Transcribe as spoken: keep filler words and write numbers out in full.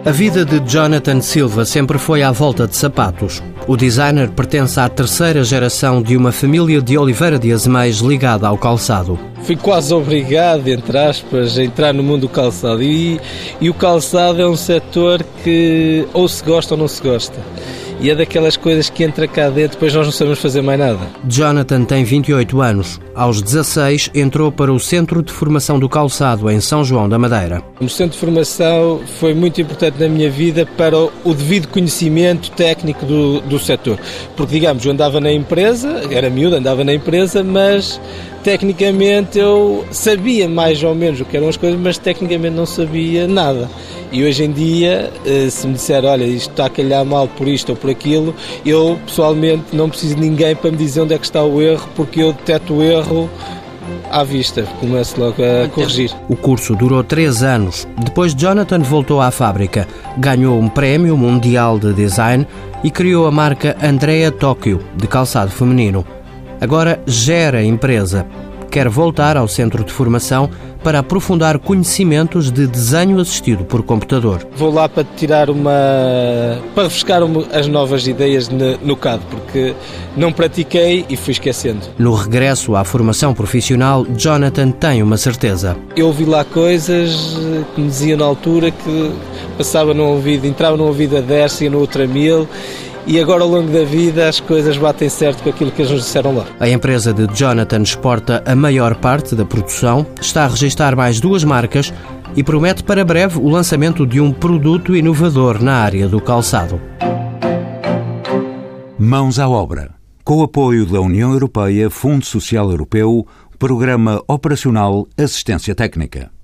A vida de Jonathan Silva sempre foi à volta de sapatos. O designer pertence à terceira geração de uma família de Oliveira de Azeméis ligada ao calçado. Fui quase obrigado, entre aspas, a entrar no mundo do calçado. E, e o calçado é um setor que ou se gosta ou não se gosta. E é daquelas coisas que entra cá dentro, depois nós não sabemos fazer mais nada. Jonathan tem vinte e oito anos. Aos dezasseis entrou para o Centro de Formação do Calçado, em São João da Madeira. O Centro de Formação foi muito importante na minha vida para o devido conhecimento técnico do, do setor. Porque, digamos, eu andava na empresa, era miúdo, andava na empresa, mas tecnicamente eu sabia mais ou menos o que eram as coisas, mas tecnicamente não sabia nada. E hoje em dia, se me disser, olha, isto está a calhar mal por isto ou por aquilo, eu pessoalmente não preciso de ninguém para me dizer onde é que está o erro, porque eu deteto o erro à vista, começo logo a corrigir. O curso durou três anos. Depois Jonathan voltou à fábrica, ganhou um prémio mundial de design e criou a marca Andrea Tóquio, de calçado feminino. Agora gera a empresa. Quer voltar ao centro de formação para aprofundar conhecimentos de desenho assistido por computador. Vou lá para tirar uma... para refrescar as novas ideias no C A D, porque não pratiquei e fui esquecendo. No regresso à formação profissional, Jonathan tem uma certeza. Eu ouvi lá coisas que me diziam na altura que passava no ouvido, entrava no ouvido a dez e no outro a mil. E agora, ao longo da vida, as coisas batem certo com aquilo que eles nos disseram lá. A empresa de Jonathan exporta a maior parte da produção, está a registrar mais duas marcas e promete para breve o lançamento de um produto inovador na área do calçado. Mãos à obra. Com o apoio da União Europeia, Fundo Social Europeu, Programa Operacional Assistência Técnica.